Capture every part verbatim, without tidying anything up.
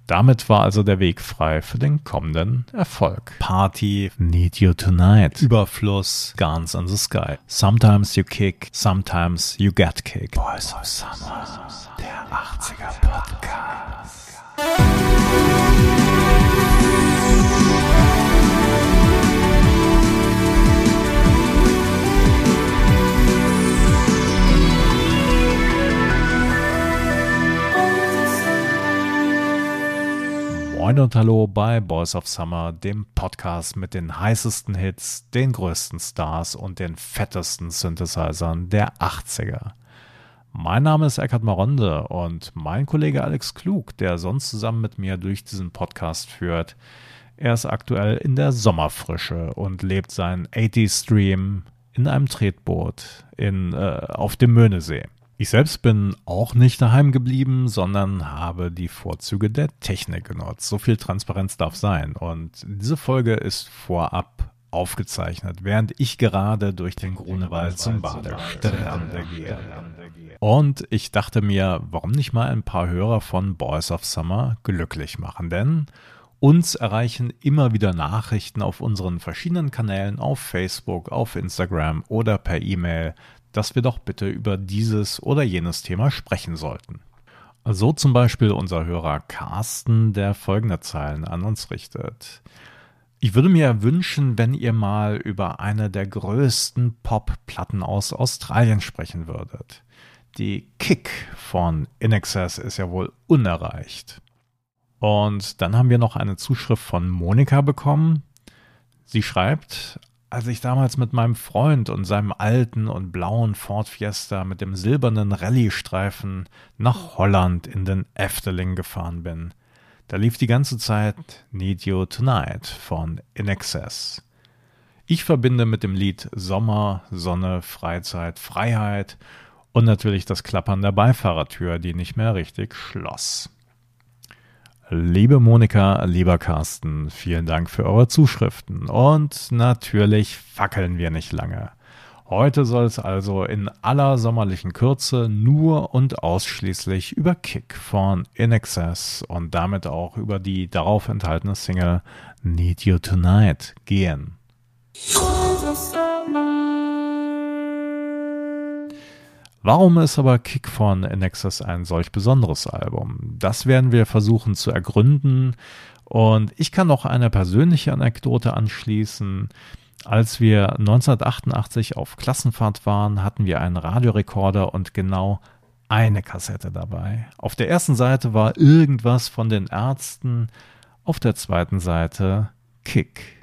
Damit war also der Weg frei für den kommenden Erfolg. Party, Need You Tonight, Überfluss, Guns in the Sky. Sometimes you kick, sometimes you get kicked. Boys of Summer, der achtziger Podcast. Moin und hallo bei Boys of Summer, dem Podcast mit den heißesten Hits, den größten Stars und den fettesten Synthesizern der achtziger. Mein Name ist Eckhard Maronde und mein Kollege Alex Klug, der sonst zusammen mit mir durch diesen Podcast führt, er ist aktuell in der Sommerfrische und lebt seinen achtziger-Stream in einem Tretboot in, äh, auf dem Möhnesee. Ich selbst bin auch nicht daheim geblieben, sondern habe die Vorzüge der Technik genutzt. So viel Transparenz darf sein. Und diese Folge ist vorab aufgezeichnet, während ich gerade durch den Grunewald zum Badestrände gehe. Und ich dachte mir, warum nicht mal ein paar Hörer von Boys of Summer glücklich machen? Denn uns erreichen immer wieder Nachrichten auf unseren verschiedenen Kanälen, auf Facebook, auf Instagram oder per E-Mail, dass wir doch bitte über dieses oder jenes Thema sprechen sollten. So zum Beispiel unser Hörer Carsten, der folgende Zeilen an uns richtet. Ich würde mir wünschen, wenn ihr mal über eine der größten Pop-Platten aus Australien sprechen würdet. Die Kick von In Excess ist ja wohl unerreicht. Und dann haben wir noch eine Zuschrift von Monika bekommen. Sie schreibt: Als ich damals mit meinem Freund und seinem alten und blauen Ford Fiesta mit dem silbernen Rallye-Streifen nach Holland in den Efteling gefahren bin, da lief die ganze Zeit Need You Tonight von In Excess. Ich verbinde mit dem Lied Sommer, Sonne, Freizeit, Freiheit und natürlich das Klappern der Beifahrertür, die nicht mehr richtig schloss. Liebe Monika, lieber Carsten, vielen Dank für eure Zuschriften und natürlich fackeln wir nicht lange. Heute soll es also in aller sommerlichen Kürze nur und ausschließlich über Kick von In Excess und damit auch über die darauf enthaltene Single Need You Tonight gehen. Warum ist aber Kick von In Excess ein solch besonderes Album? Das werden wir versuchen zu ergründen und ich kann noch eine persönliche Anekdote anschließen. Als wir neunzehnhundertachtundachtzig auf Klassenfahrt waren, hatten wir einen Radiorekorder und genau eine Kassette dabei. Auf der ersten Seite war irgendwas von den Ärzten, auf der zweiten Seite Kick.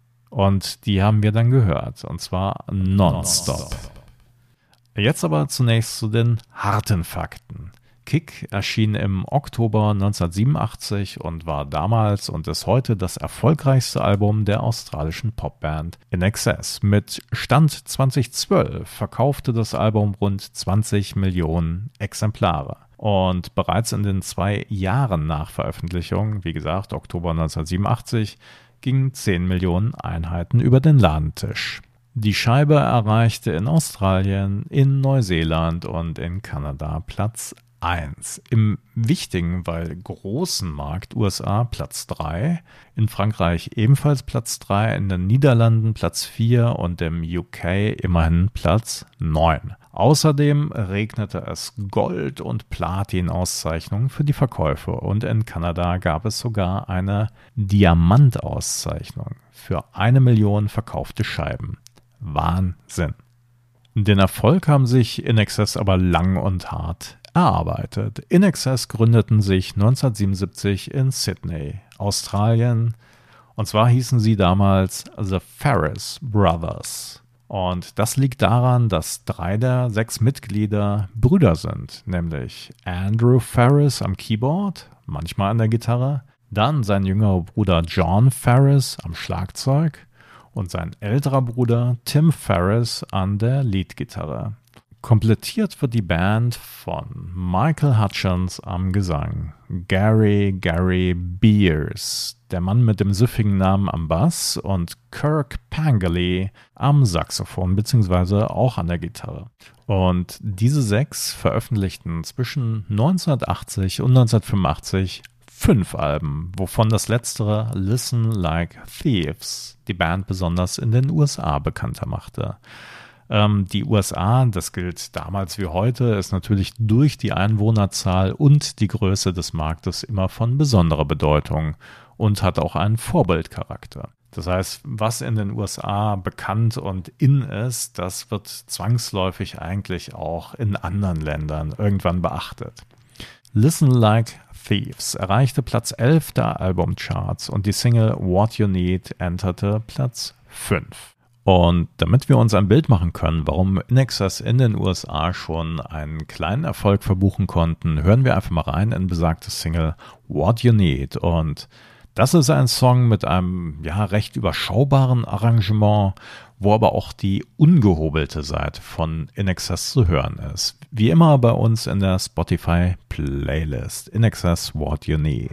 Und die haben wir dann gehört und zwar nonstop. Jetzt aber zunächst zu den harten Fakten. Kick erschien im Oktober neunzehnhundertsiebenundachtzig und war damals und ist heute das erfolgreichste Album der australischen Popband In Excess. Mit Stand zweitausendzwölf verkaufte das Album rund zwanzig Millionen Exemplare. Und bereits in den zwei Jahren nach Veröffentlichung, wie gesagt Oktober neunzehnhundertsiebenundachtzig, gingen zehn Millionen Einheiten über den Ladentisch. Die Scheibe erreichte in Australien, in Neuseeland und in Kanada Platz eins. Im wichtigen, weil großen Markt U S A Platz drei, in Frankreich ebenfalls Platz drei, in den Niederlanden Platz vier und im U K immerhin Platz neun. Außerdem regnete es Gold- und Platin-Auszeichnungen für die Verkäufe und in Kanada gab es sogar eine Diamant-Auszeichnung für eine Million verkaufte Scheiben. Wahnsinn. Den Erfolg haben sich In Excess aber lang und hart erarbeitet. In Excess gründeten sich neunzehnhundertsiebenundsiebzig in Sydney, Australien. Und zwar hießen sie damals The Farriss Brothers. Und das liegt daran, dass drei der sechs Mitglieder Brüder sind, nämlich Andrew Farriss am Keyboard, manchmal an der Gitarre, dann sein jüngerer Bruder John Farriss am Schlagzeug und sein älterer Bruder Tim Farriss an der Leadgitarre. Komplettiert wird die Band von Michael Hutchence am Gesang, Gary Gary Beers, der Mann mit dem süffigen Namen am Bass, und Kirk Pangeli am Saxophon bzw. auch an der Gitarre. Und diese sechs veröffentlichten zwischen neunzehnhundertachtzig und neunzehnhundertfünfundachtzig fünf Alben, wovon das letztere Listen Like Thieves die Band besonders in den U S A bekannter machte. Ähm, die U S A, das gilt damals wie heute, ist natürlich durch die Einwohnerzahl und die Größe des Marktes immer von besonderer Bedeutung und hat auch einen Vorbildcharakter. Das heißt, was in den U S A bekannt und in ist, das wird zwangsläufig eigentlich auch in anderen Ländern irgendwann beachtet. Listen Like Thieves erreichte Platz elf der Albumcharts und die Single What You Need enterte Platz fünf. Und damit wir uns ein Bild machen können, warum In Excess in den U S A schon einen kleinen Erfolg verbuchen konnten, hören wir einfach mal rein in besagte Single What You Need. Und das ist ein Song mit einem ja recht überschaubaren Arrangement, wo aber auch die ungehobelte Seite von In Excess zu hören ist. Wie immer bei uns in der Spotify-Playlist. In Excess What You Need.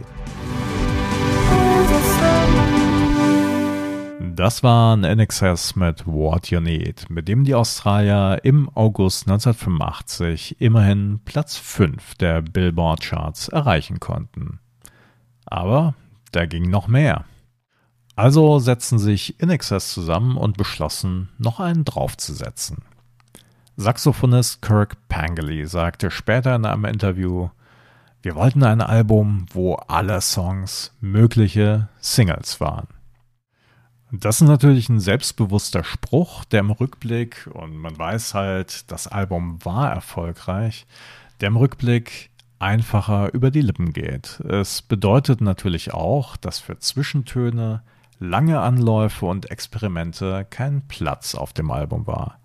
Das war ein In Excess mit What You Need, mit dem die Australier im August neunzehnhundertfünfundachtzig immerhin Platz fünf der Billboard-Charts erreichen konnten. Aber da ging noch mehr. Also setzten sich In Excess zusammen und beschlossen, noch einen draufzusetzen. Saxophonist Kirk Pangeli sagte später in einem Interview: Wir wollten ein Album, wo alle Songs mögliche Singles waren. Das ist natürlich ein selbstbewusster Spruch, der im Rückblick, und man weiß halt, das Album war erfolgreich, der im Rückblick einfacher über die Lippen geht. Es bedeutet natürlich auch, dass für Zwischentöne, lange Anläufe und Experimente kein Platz auf dem Album war.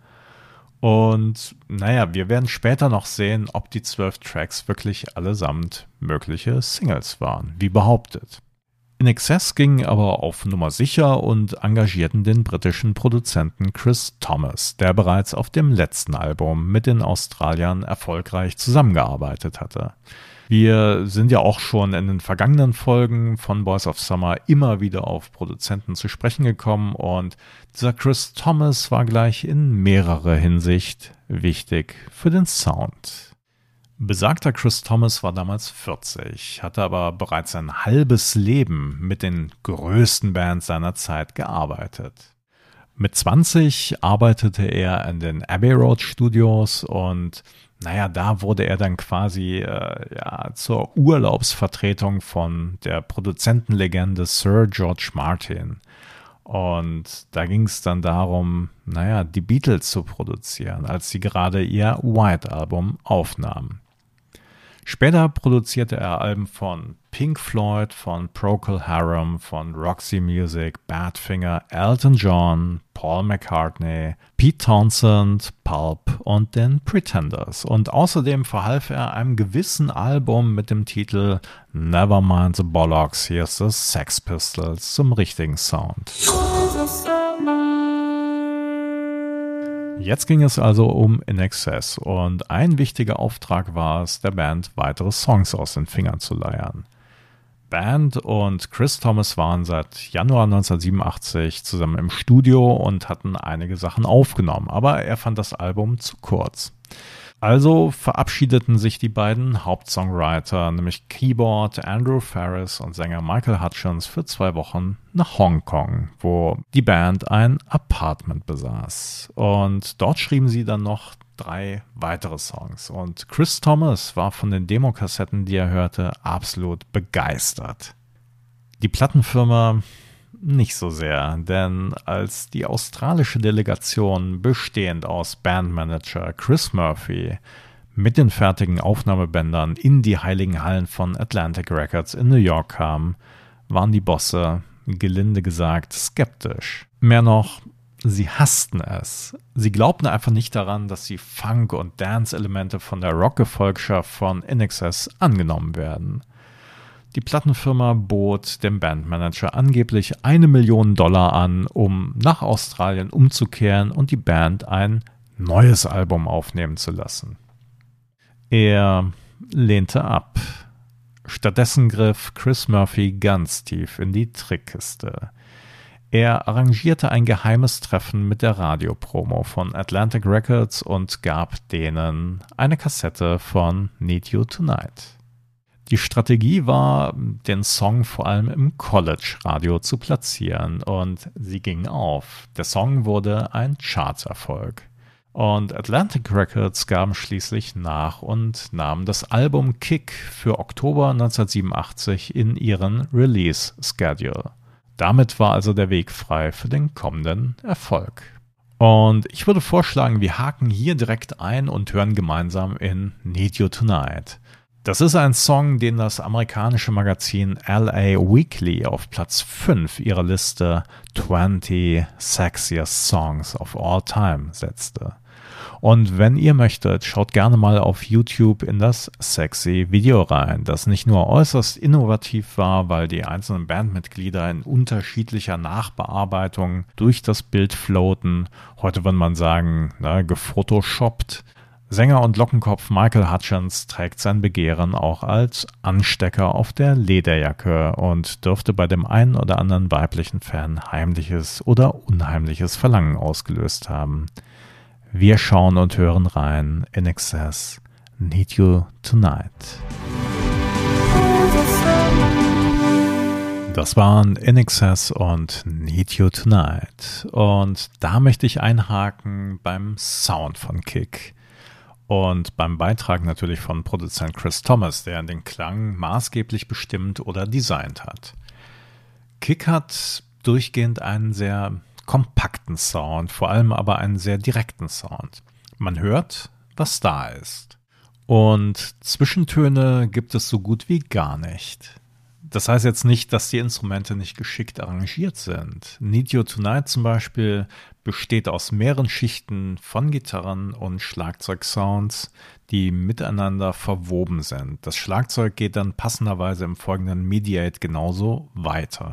Und naja, wir werden später noch sehen, ob die zwölf Tracks wirklich allesamt mögliche Singles waren, wie behauptet. In Excess ging aber auf Nummer sicher und engagierten den britischen Produzenten Chris Thomas, der bereits auf dem letzten Album mit den Australiern erfolgreich zusammengearbeitet hatte. Wir sind ja auch schon in den vergangenen Folgen von Boys of Summer immer wieder auf Produzenten zu sprechen gekommen und dieser Chris Thomas war gleich in mehrerer Hinsicht wichtig für den Sound. Besagter Chris Thomas war damals vierzig, hatte aber bereits ein halbes Leben mit den größten Bands seiner Zeit gearbeitet. Mit zwanzig arbeitete er in den Abbey Road Studios und naja, da wurde er dann quasi äh, ja, zur Urlaubsvertretung von der Produzentenlegende Sir George Martin. Und da ging es dann darum, naja, die Beatles zu produzieren, als sie gerade ihr White-Album aufnahmen. Später produzierte er Alben von Pink Floyd, von Procol Harum, von Roxy Music, Badfinger, Elton John, Paul McCartney, Pete Townsend, Pulp und den Pretenders. Und außerdem verhalf er einem gewissen Album mit dem Titel Nevermind the Bollocks, Here's the Sex Pistols zum richtigen Sound. Jetzt ging es also um In Excess und ein wichtiger Auftrag war es, der Band weitere Songs aus den Fingern zu leiern. Band und Chris Thomas waren seit Januar neunzehnhundertsiebenundachtzig zusammen im Studio und hatten einige Sachen aufgenommen, aber er fand das Album zu kurz. Also verabschiedeten sich die beiden Hauptsongwriter, nämlich Keyboard Andrew Farris und Sänger Michael Hutchence, für zwei Wochen nach Hongkong, wo die Band ein Apartment besaß. Und dort schrieben sie dann noch drei weitere Songs. Und Chris Thomas war von den Demokassetten, die er hörte, absolut begeistert. Die Plattenfirma nicht so sehr, denn als die australische Delegation, bestehend aus Bandmanager Chris Murphy, mit den fertigen Aufnahmebändern in die heiligen Hallen von Atlantic Records in New York kam, waren die Bosse, gelinde gesagt, skeptisch. Mehr noch, sie hassten es. Sie glaubten einfach nicht daran, dass die Funk- und Dance-Elemente von der Rock-Gefolgschaft von In Excess angenommen werden. Die Plattenfirma bot dem Bandmanager angeblich eine Million Dollar an, um nach Australien umzukehren und die Band ein neues Album aufnehmen zu lassen. Er lehnte ab. Stattdessen griff Chris Murphy ganz tief in die Trickkiste. Er arrangierte ein geheimes Treffen mit der Radiopromo von Atlantic Records und gab denen eine Kassette von Need You Tonight. Die Strategie war, den Song vor allem im College-Radio zu platzieren und sie ging auf. Der Song wurde ein Chartserfolg. Und Atlantic Records gaben schließlich nach und nahmen das Album Kick für Oktober neunzehnhundertsiebenundachtzig in ihren Release-Schedule. Damit war also der Weg frei für den kommenden Erfolg. Und ich würde vorschlagen, wir haken hier direkt ein und hören gemeinsam in Need You Tonight. Das ist ein Song, den das amerikanische Magazin L A Weekly auf Platz fünf ihrer Liste twenty Sexiest Songs of All Time setzte. Und wenn ihr möchtet, schaut gerne mal auf YouTube in das sexy Video rein, das nicht nur äußerst innovativ war, weil die einzelnen Bandmitglieder in unterschiedlicher Nachbearbeitung durch das Bild floaten, heute würde man sagen, na, gefotoshoppt. Sänger und Lockenkopf Michael Hutchence trägt sein Begehren auch als Anstecker auf der Lederjacke und dürfte bei dem einen oder anderen weiblichen Fan heimliches oder unheimliches Verlangen ausgelöst haben. Wir schauen und hören rein in I N X S, Need You Tonight. Das waren I N X S und Need You Tonight. Und da möchte ich einhaken beim Sound von Kick. Und beim Beitrag natürlich von Produzent Chris Thomas, der den Klang maßgeblich bestimmt oder designt hat. Kick hat durchgehend einen sehr kompakten Sound, vor allem aber einen sehr direkten Sound. Man hört, was da ist. Und Zwischentöne gibt es so gut wie gar nicht. Das heißt jetzt nicht, dass die Instrumente nicht geschickt arrangiert sind. Need You Tonight zum Beispiel besteht aus mehreren Schichten von Gitarren und Schlagzeugsounds, die miteinander verwoben sind. Das Schlagzeug geht dann passenderweise im folgenden Mediate genauso weiter.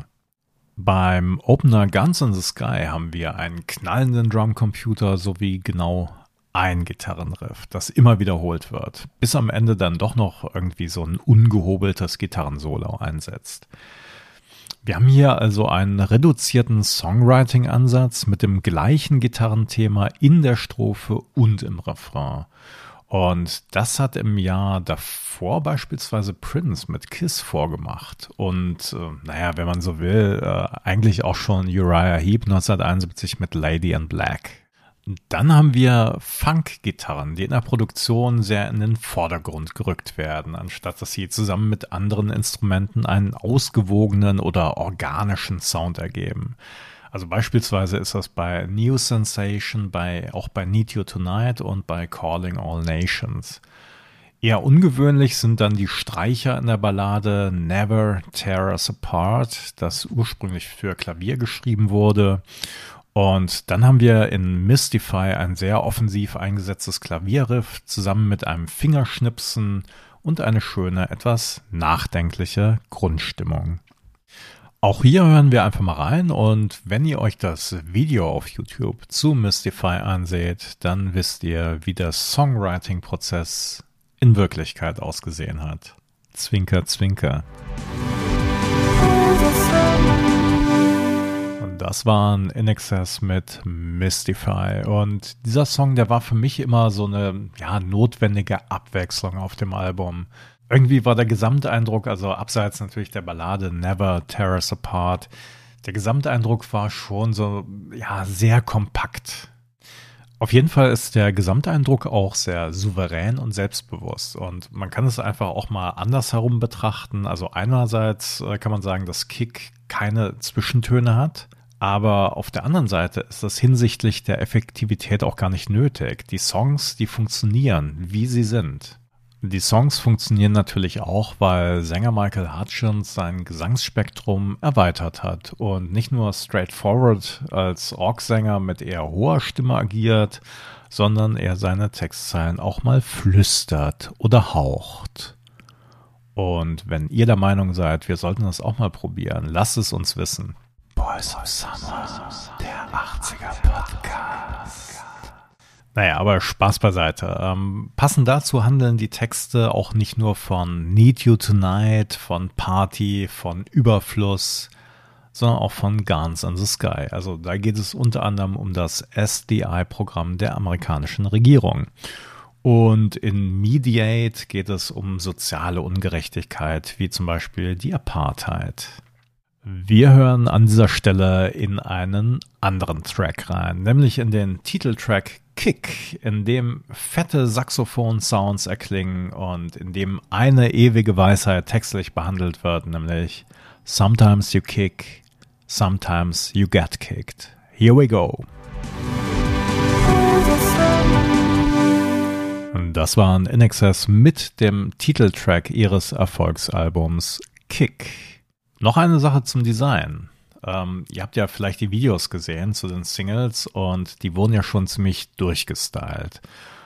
Beim Opener Guns in the Sky haben wir einen knallenden Drumcomputer sowie genau ein Gitarrenriff, das immer wiederholt wird, bis am Ende dann doch noch irgendwie so ein ungehobeltes Gitarrensolo einsetzt. Wir haben hier also einen reduzierten Songwriting-Ansatz mit dem gleichen Gitarrenthema in der Strophe und im Refrain. Und das hat im Jahr davor beispielsweise Prince mit Kiss vorgemacht. Und äh, naja, wenn man so will, äh, eigentlich auch schon Uriah Heep neunzehnhunderteinundsiebzig mit Lady in Black. Dann haben wir Funk-Gitarren, die in der Produktion sehr in den Vordergrund gerückt werden, anstatt dass sie zusammen mit anderen Instrumenten einen ausgewogenen oder organischen Sound ergeben. Also beispielsweise ist das bei New Sensation, bei, auch bei Need You Tonight und bei Calling All Nations. Eher ungewöhnlich sind dann die Streicher in der Ballade Never Tear Us Apart, das ursprünglich für Klavier geschrieben wurde. Und dann haben wir in Mystify ein sehr offensiv eingesetztes Klavierriff zusammen mit einem Fingerschnipsen und eine schöne, etwas nachdenkliche Grundstimmung. Auch hier hören wir einfach mal rein und wenn ihr euch das Video auf YouTube zu Mystify anseht, dann wisst ihr, wie der Songwriting-Prozess in Wirklichkeit ausgesehen hat. Zwinker, zwinker. Das waren I N X S mit Mystify und dieser Song, der war für mich immer so eine ja, notwendige Abwechslung auf dem Album. Irgendwie war der Gesamteindruck, also abseits natürlich der Ballade Never Tear Us Apart, der Gesamteindruck war schon so ja sehr kompakt. Auf jeden Fall ist der Gesamteindruck auch sehr souverän und selbstbewusst und man kann es einfach auch mal andersherum betrachten. Also einerseits kann man sagen, dass Kick keine Zwischentöne hat. Aber auf der anderen Seite ist das hinsichtlich der Effektivität auch gar nicht nötig. Die Songs, die funktionieren, wie sie sind. Die Songs funktionieren natürlich auch, weil Sänger Michael Hutchence sein Gesangsspektrum erweitert hat und nicht nur straightforward als Org-Sänger mit eher hoher Stimme agiert, sondern er seine Textzeilen auch mal flüstert oder haucht. Und wenn ihr der Meinung seid, wir sollten das auch mal probieren, lasst es uns wissen. Boys of Summer, der achtziger Podcast. Naja, aber Spaß beiseite. Ähm, passend dazu handeln die Texte auch nicht nur von Need You Tonight, von Party, von Überfluss, sondern auch von Guns in the Sky. Also da geht es unter anderem um das S D I-Programm der amerikanischen Regierung. Und in Mediate geht es um soziale Ungerechtigkeit, wie zum Beispiel die Apartheid. Wir hören an dieser Stelle in einen anderen Track rein, nämlich in den Titeltrack Kick, in dem fette Saxophon-Sounds erklingen und in dem eine ewige Weisheit textlich behandelt wird, nämlich Sometimes you kick, sometimes you get kicked. Here we go. Das waren I N X S mit dem Titeltrack ihres Erfolgsalbums Kick. Noch eine Sache zum Design. Ähm, ihr habt ja vielleicht die Videos gesehen zu den Singles und die wurden ja schon ziemlich durchgestylt.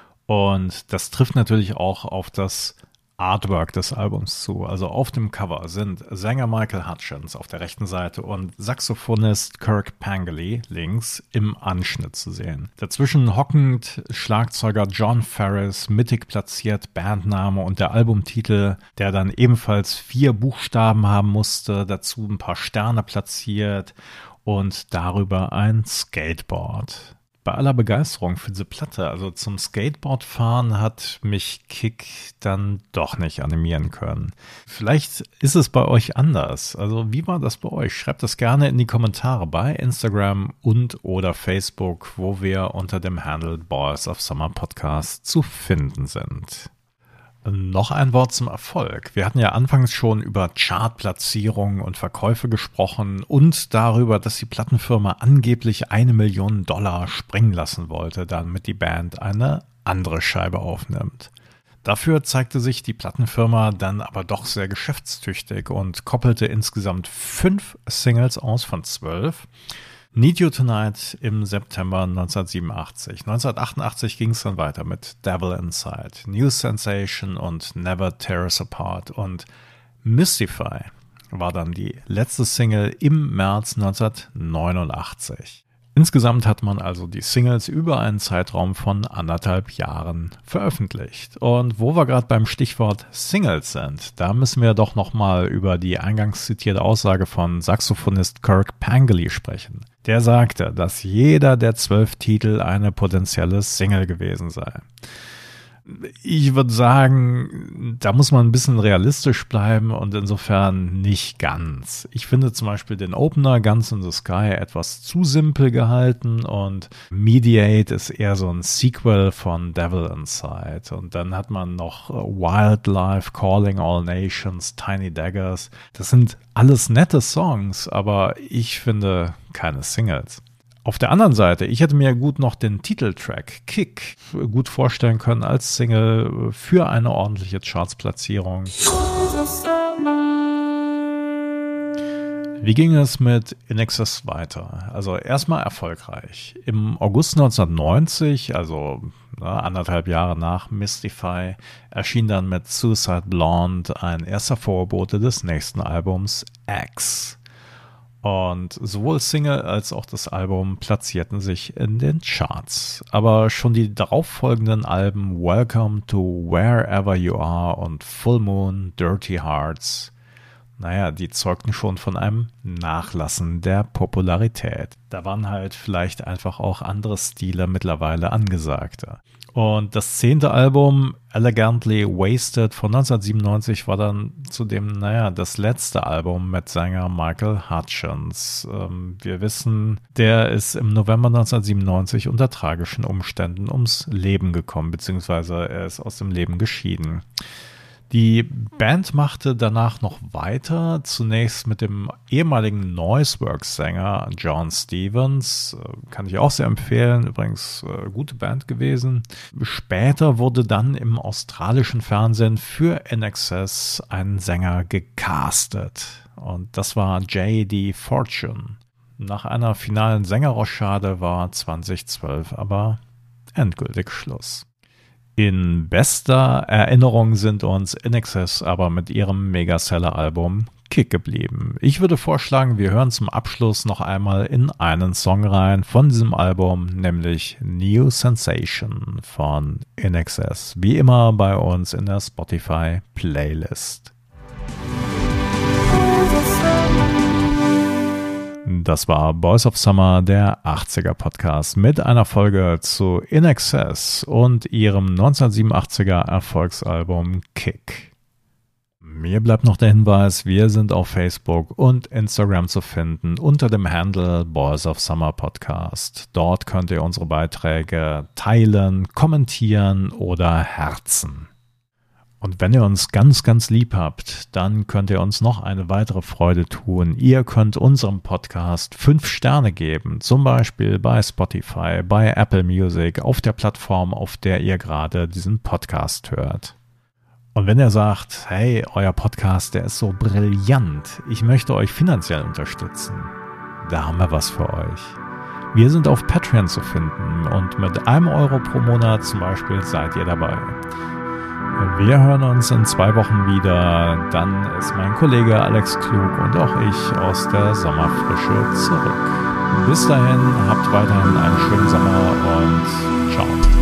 Und das trifft natürlich auch auf das Artwork des Albums zu. Also auf dem Cover sind Sänger Michael Hutchence auf der rechten Seite und Saxophonist Kirk Pangeli links im Anschnitt zu sehen. Dazwischen hockend Schlagzeuger John Farris, mittig platziert Bandname und der Albumtitel, der dann ebenfalls vier Buchstaben haben musste, dazu ein paar Sterne platziert und darüber ein Skateboard. Bei aller Begeisterung für diese Platte, also zum Skateboardfahren hat mich Kick dann doch nicht animieren können. Vielleicht ist es bei euch anders. Also wie war das bei euch? Schreibt das gerne in die Kommentare bei Instagram und oder Facebook, wo wir unter dem Handle Boys of Summer Podcast zu finden sind. Noch ein Wort zum Erfolg. Wir hatten ja anfangs schon über Chartplatzierungen und Verkäufe gesprochen und darüber, dass die Plattenfirma angeblich eine Million Dollar springen lassen wollte, damit die Band eine andere Scheibe aufnimmt. Dafür zeigte sich die Plattenfirma dann aber doch sehr geschäftstüchtig und koppelte insgesamt fünf Singles aus von zwölf. Need You Tonight im September neunzehnhundertsiebenundachtzig. neunzehnhundertachtundachtzig ging es dann weiter mit Devil Inside, New Sensation und Never Tear Us Apart und Mystify war dann die letzte Single im März neunzehnhundertneunundachtzig. Insgesamt hat man also die Singles über einen Zeitraum von anderthalb Jahren veröffentlicht. Und wo wir gerade beim Stichwort Singles sind, da müssen wir doch nochmal über die eingangs zitierte Aussage von Saxophonist Kirk Pangeli sprechen. Der sagte, dass jeder der zwölf Titel eine potenzielle Single gewesen sei. Ich würde sagen, da muss man ein bisschen realistisch bleiben und insofern nicht ganz. Ich finde zum Beispiel den Opener Guns in the Sky etwas zu simpel gehalten und Mediate ist eher so ein Sequel von Devil Inside. Und dann hat man noch Wildlife, Calling All Nations, Tiny Daggers. Das sind alles nette Songs, aber ich finde keine Singles. Auf der anderen Seite, ich hätte mir gut noch den Titeltrack Kick gut vorstellen können als Single für eine ordentliche Chartsplatzierung. Wie ging es mit I N X S weiter? Also erstmal erfolgreich. Im August neunzehnhundertneunzig, also na, anderthalb Jahre nach Mystify, erschien dann mit Suicide Blonde ein erster Vorbote des nächsten Albums X. Und sowohl Single als auch das Album platzierten sich in den Charts. Aber schon die darauffolgenden Alben Welcome to Wherever You Are und Full Moon, Dirty Hearts, naja, die zeugten schon von einem Nachlassen der Popularität. Da waren halt vielleicht einfach auch andere Stile mittlerweile angesagter. Und das zehnte Album, Elegantly Wasted von neunzehnhundertsiebenundneunzig, war dann zudem, naja, das letzte Album mit Sänger Michael Hutchence. Ähm, wir wissen, der ist im November neunzehnhundertsiebenundneunzig unter tragischen Umständen ums Leben gekommen, beziehungsweise er ist aus dem Leben geschieden. Die Band machte danach noch weiter, zunächst mit dem ehemaligen Noiseworks-Sänger John Stevens, kann ich auch sehr empfehlen, übrigens äh, gute Band gewesen. Später wurde dann im australischen Fernsehen für I N X S ein Sänger gecastet und das war J D Fortune. Nach einer finalen Sängerrochade war zweitausendzwölf aber endgültig Schluss. In bester Erinnerung sind uns I N X S aber mit ihrem Megaseller-Album Kick geblieben. Ich würde vorschlagen, wir hören zum Abschluss noch einmal in einen Song rein von diesem Album, nämlich New Sensation von I N X S. Wie immer bei uns in der Spotify-Playlist. Das war Boys of Summer, der achtziger Podcast mit einer Folge zu In Excess und ihrem neunzehnhundertsiebenundachtziger Erfolgsalbum Kick. Mir bleibt noch der Hinweis, wir sind auf Facebook und Instagram zu finden unter dem Handle Boys of Summer Podcast. Dort könnt ihr unsere Beiträge teilen, kommentieren oder herzen. Und wenn ihr uns ganz, ganz lieb habt, dann könnt ihr uns noch eine weitere Freude tun. Ihr könnt unserem Podcast fünf Sterne geben, zum Beispiel bei Spotify, bei Apple Music, auf der Plattform, auf der ihr gerade diesen Podcast hört. Und wenn ihr sagt, hey, euer Podcast, der ist so brillant, ich möchte euch finanziell unterstützen, da haben wir was für euch. Wir sind auf Patreon zu finden und mit einem Euro pro Monat zum Beispiel seid ihr dabei. Wir hören uns in zwei Wochen wieder. Dann ist mein Kollege Alex Klug und auch ich aus der Sommerfrische zurück. Bis dahin, habt weiterhin einen schönen Sommer und ciao.